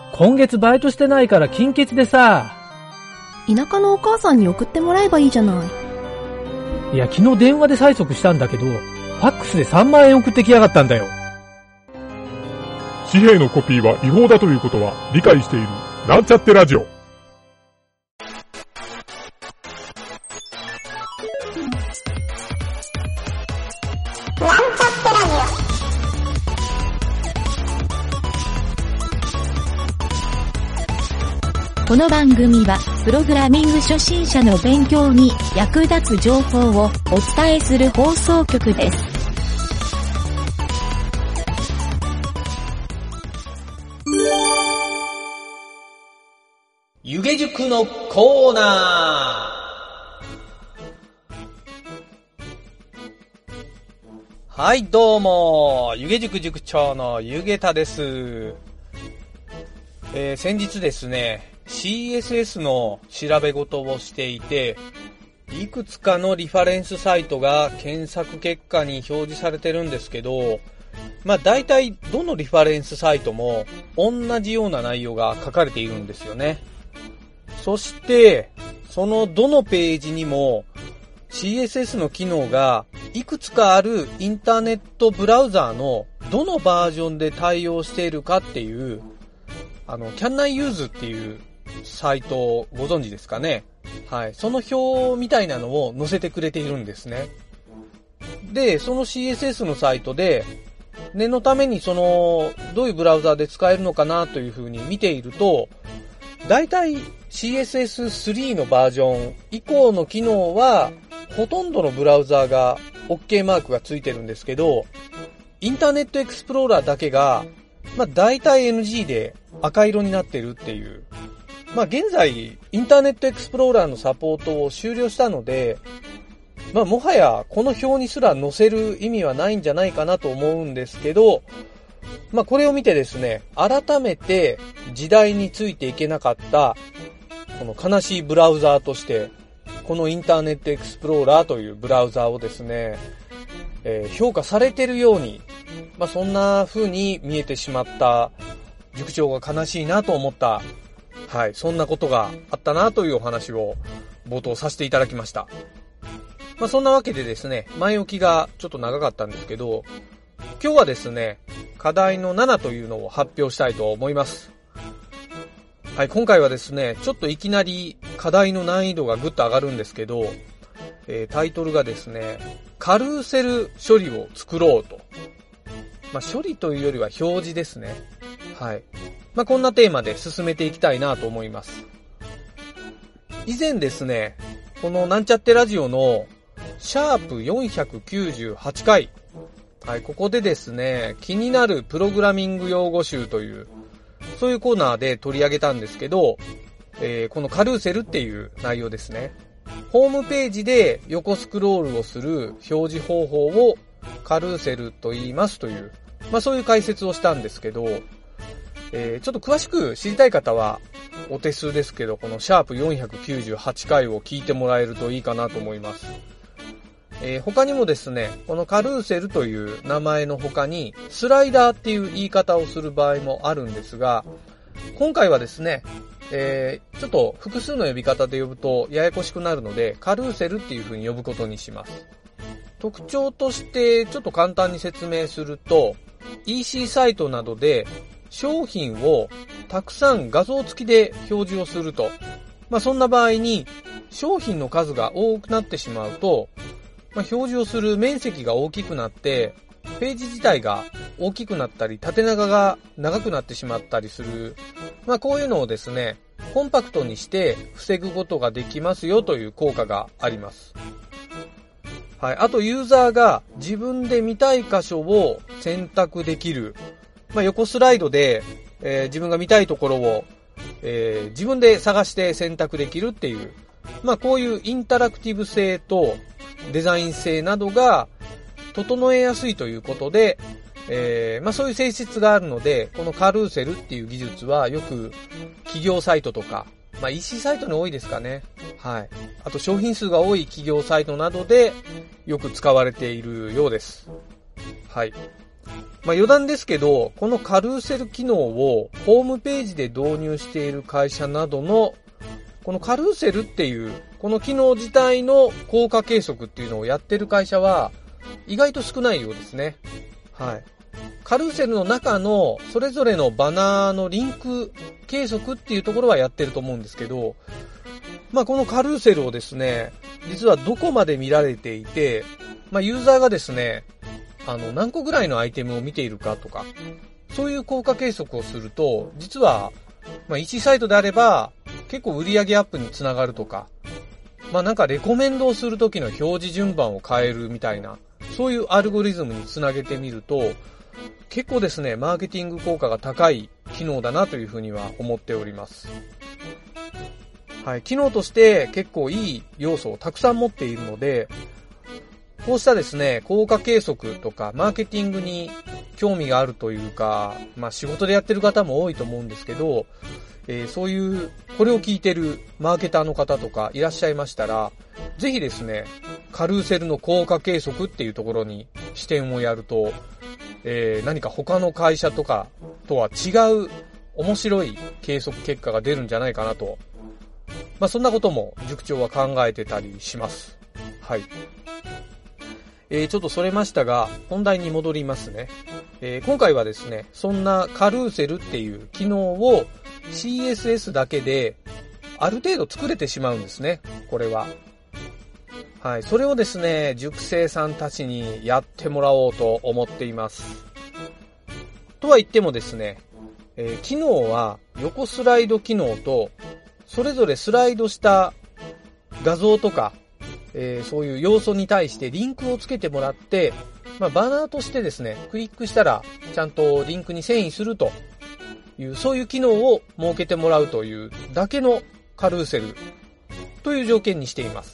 今月バイトしてないから金欠でさ。 田舎のお母さんに送ってもらえばいいじゃない。 いや、昨日電話で催促したんだけど、ファックスで3万円送ってきやがったんだよ。 紙幣のコピーは違法だということは理解している。なんちゃってラジオ。 この番組はプログラミング初心者の勉強に役立つ情報をお伝えする放送局です。 湯気塾のコーナー。はい、どうも湯気塾塾長の湯気田です。先日ですね、CSS の調べ事をしていて、いくつかのリファレンスサイトが検索結果に表示されてるんですけど、大体どのリファレンスサイトも同じような内容が書かれているんですよね。そしてそのどのページにも CSS の機能がいくつかあるインターネットブラウザーのどのバージョンで対応しているかっていうCan I Use っていうサイトをご存知ですかね。はい。その表みたいなのを載せてくれているんですね。で、その CSS のサイトで、念のためにどういうブラウザーで使えるのかなというふうに見ていると、だいたい CSS3 のバージョン以降の機能は、ほとんどのブラウザーが OK マークがついてるんですけど、インターネットエクスプローラーだけが、だいたい NG で赤色になってるっていう。現在、インターネットエクスプローラーのサポートを終了したので、もはやこの表にすら載せる意味はないんじゃないかなと思うんですけど、これを見てですね、改めて時代についていけなかったこの悲しいブラウザーとして、このインターネットエクスプローラーというブラウザーをですね、評価されているように、そんな風に見えてしまった塾長が悲しいなと思った、はい、そんなことがあったなというお話を冒頭させていただきました。そんなわけでですね、前置きがちょっと長かったんですけど、今日はですね、課題の7というのを発表したいと思います。はい、今回はですね、ちょっといきなり課題の難易度がぐっと上がるんですけど、タイトルがですね、カルーセル処理を作ろうと。処理というよりは表示ですね。はい。こんなテーマで進めていきたいなと思います。以前ですね、このなんちゃってラジオのシャープ498回。はい、ここでですね、気になるプログラミング用語集という、そういうコーナーで取り上げたんですけど、このカルーセルっていう内容ですね。ホームページで横スクロールをする表示方法をカルーセルと言いますという、そういう解説をしたんですけど、ちょっと詳しく知りたい方はお手数ですけど、このシャープ498回を聞いてもらえるといいかなと思います。他にもですね、このカルーセルという名前の他にスライダーっていう言い方をする場合もあるんですが、今回はですね、ちょっと複数の呼び方で呼ぶとややこしくなるので、カルーセルっていう風に呼ぶことにします。特徴としてちょっと簡単に説明すると、EC サイトなどで商品をたくさん画像付きで表示をすると、そんな場合に商品の数が多くなってしまうと、表示をする面積が大きくなって、ページ自体が大きくなったり、縦長が長くなってしまったりする。こういうのをですね、コンパクトにして防ぐことができますよという効果があります。はい。あとユーザーが自分で見たい箇所を選択できる。横スライドで、自分が見たいところを、自分で探して選択できるっていう。こういうインタラクティブ性とデザイン性などが整えやすいということで、そういう性質があるので、このカルーセルっていう技術はよく企業サイトとか、EC サイトに多いですかね。はい。あと商品数が多い企業サイトなどでよく使われているようです。はい。 余談ですけど、このカルーセル機能をホームページで導入している会社などの、このカルーセルっていう、この機能自体の効果計測っていうのをやってる会社は、意外と少ないようですね。はい。カルーセルの中のそれぞれのバナーのリンク計測っていうところはやってると思うんですけど、このカルーセルをですね、実はどこまで見られていて、ユーザーがですね、何個ぐらいのアイテムを見ているかとか、そういう効果計測をすると、実は、1サイトであれば、結構売上アップにつながるとか、なんかレコメンドをするときの表示順番を変えるみたいな、そういうアルゴリズムにつなげてみると、結構ですね、マーケティング効果が高い機能だなというふうには思っております。はい、機能として結構いい要素をたくさん持っているので、こうしたですね、効果計測とかマーケティングに興味があるというか、仕事でやってる方も多いと思うんですけど、そういう、これを聞いてるマーケターの方とかいらっしゃいましたら、ぜひですね、カルーセルの効果計測っていうところに視点をやると、何か他の会社とかとは違う面白い計測結果が出るんじゃないかなと。そんなことも塾長は考えてたりします。はい。ちょっとそれましたが、本題に戻りますね。今回はですね、そんなカルーセルっていう機能を CSS だけである程度作れてしまうんですね、これは。はい、それをですね、塾生さんたちにやってもらおうと思っています。とは言ってもですね、機能は横スライド機能と、それぞれスライドした画像とか、そういう要素に対してリンクをつけてもらって、バナーとしてですね、クリックしたらちゃんとリンクに遷移するという、そういう機能を設けてもらうというだけのカルーセルという条件にしています。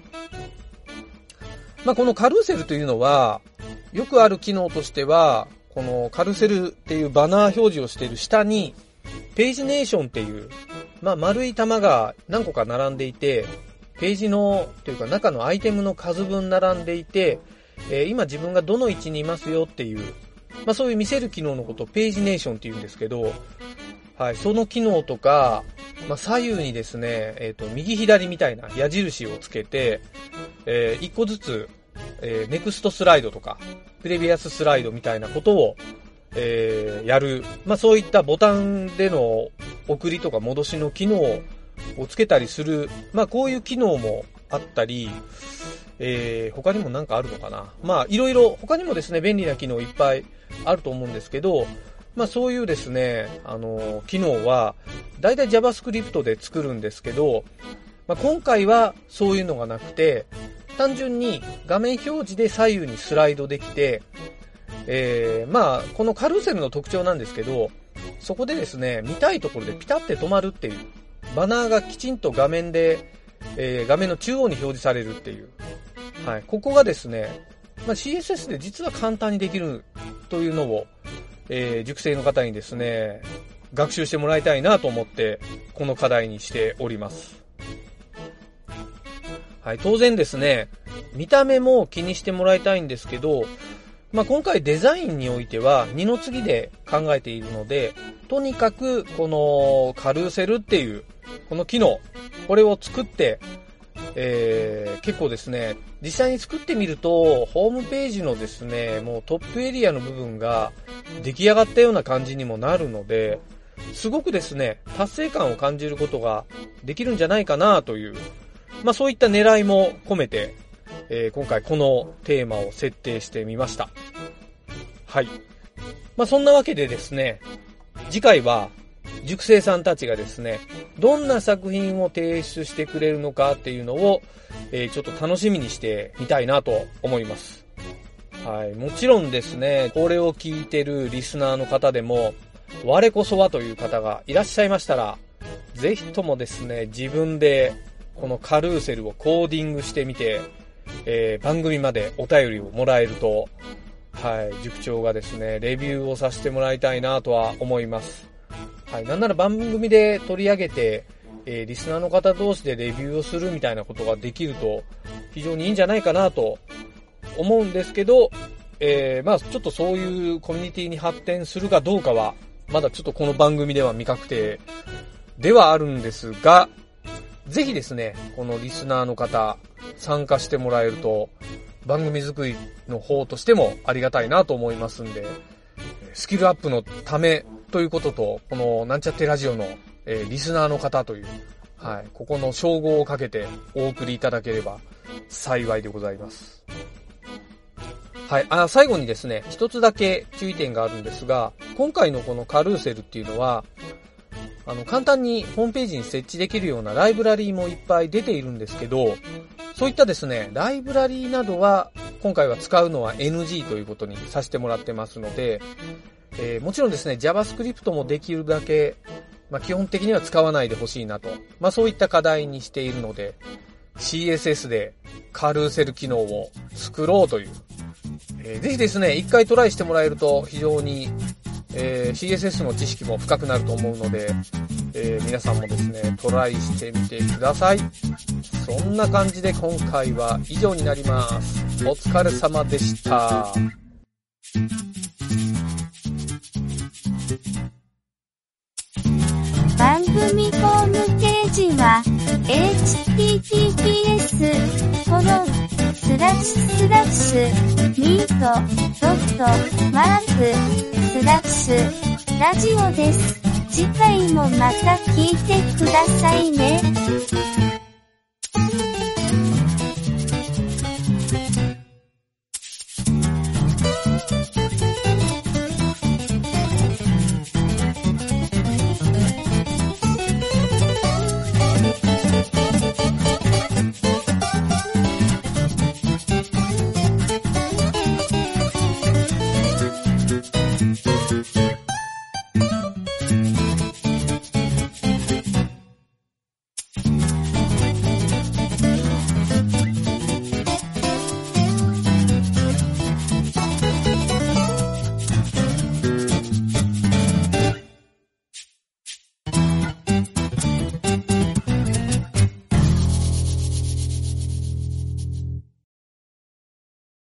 このカルーセルというのは、よくある機能としては、このカルーセルっていうバナー表示をしている下に、ページネーションっていう、丸い玉が何個か並んでいて、ページの、というか中のアイテムの数分並んでいて、今自分がどの位置にいますよっていう、そういう見せる機能のことをページネーションって言うんですけど、はい、その機能とか、左右にですね、右左みたいな矢印をつけて、一個ずつ、ネクストスライドとか、プレビアススライドみたいなことを、やる。そういったボタンでの送りとか戻しの機能をつけたりする。こういう機能もあったり、他にもなんかあるのかな。いろいろ、他にもですね、便利な機能いっぱいあると思うんですけど、そういうですね、機能は、だいたい JavaScript で作るんですけど、今回はそういうのがなくて、単純に画面表示で左右にスライドできて、このカルーセルの特徴なんですけど、そこでですね、見たいところでピタって止まるっていう、バナーがきちんと画面で、画面の中央に表示されるっていう。はい。ここがですね、CSS で実は簡単にできるというのを、塾生の方にですね、学習してもらいたいなと思って、この課題にしております。はい。当然ですね、見た目も気にしてもらいたいんですけど、今回デザインにおいては二の次で考えているので、とにかくこのカルーセルっていうこの機能、これを作って、結構ですね、実際に作ってみるとホームページのですね、もうトップエリアの部分が出来上がったような感じにもなるので、すごくですね、達成感を感じることができるんじゃないかなという、そういった狙いも込めて、今回このテーマを設定してみました。はい。そんなわけでですね、次回は塾生さんたちがですね、どんな作品を提出してくれるのかっていうのを、ちょっと楽しみにしてみたいなと思います。はい。もちろんですね、これを聞いてるリスナーの方でも、我こそはという方がいらっしゃいましたら、ぜひともですね、自分でこのカルーセルをコーディングしてみて、番組までお便りをもらえると、はい、塾長がですね、レビューをさせてもらいたいなとは思います。はい、なんなら番組で取り上げて、リスナーの方同士でレビューをするみたいなことができると非常にいいんじゃないかなと思うんですけど、 まあちょっとそういうコミュニティに発展するかどうかは、まだちょっとこの番組では未確定ではあるんですが、ぜひですね、このリスナーの方、参加してもらえると、番組作りの方としてもありがたいなと思いますんで、スキルアップのためということと、このなんちゃってラジオの、リスナーの方という、はい、ここの称号をかけてお送りいただければ幸いでございます。はい、最後にですね、一つだけ注意点があるんですが、今回のこのカルーセルっていうのは、簡単にホームページに設置できるようなライブラリーもいっぱい出ているんですけど、そういったですね、ライブラリーなどは、今回は使うのは NG ということにさせてもらってますので、もちろんですね、JavaScript もできるだけ、基本的には使わないでほしいなと。そういった課題にしているので、CSS でカルーセル機能を作ろうという。ぜひですね、一回トライしてもらえると非常に、CSS の知識も深くなると思うので、皆さんもですね、トライしてみてください。そんな感じで今回は以上になります。お疲れ様でした。 番組ホームページは https://meet.mark/ラジオです。次回もまた聞いてくださいね。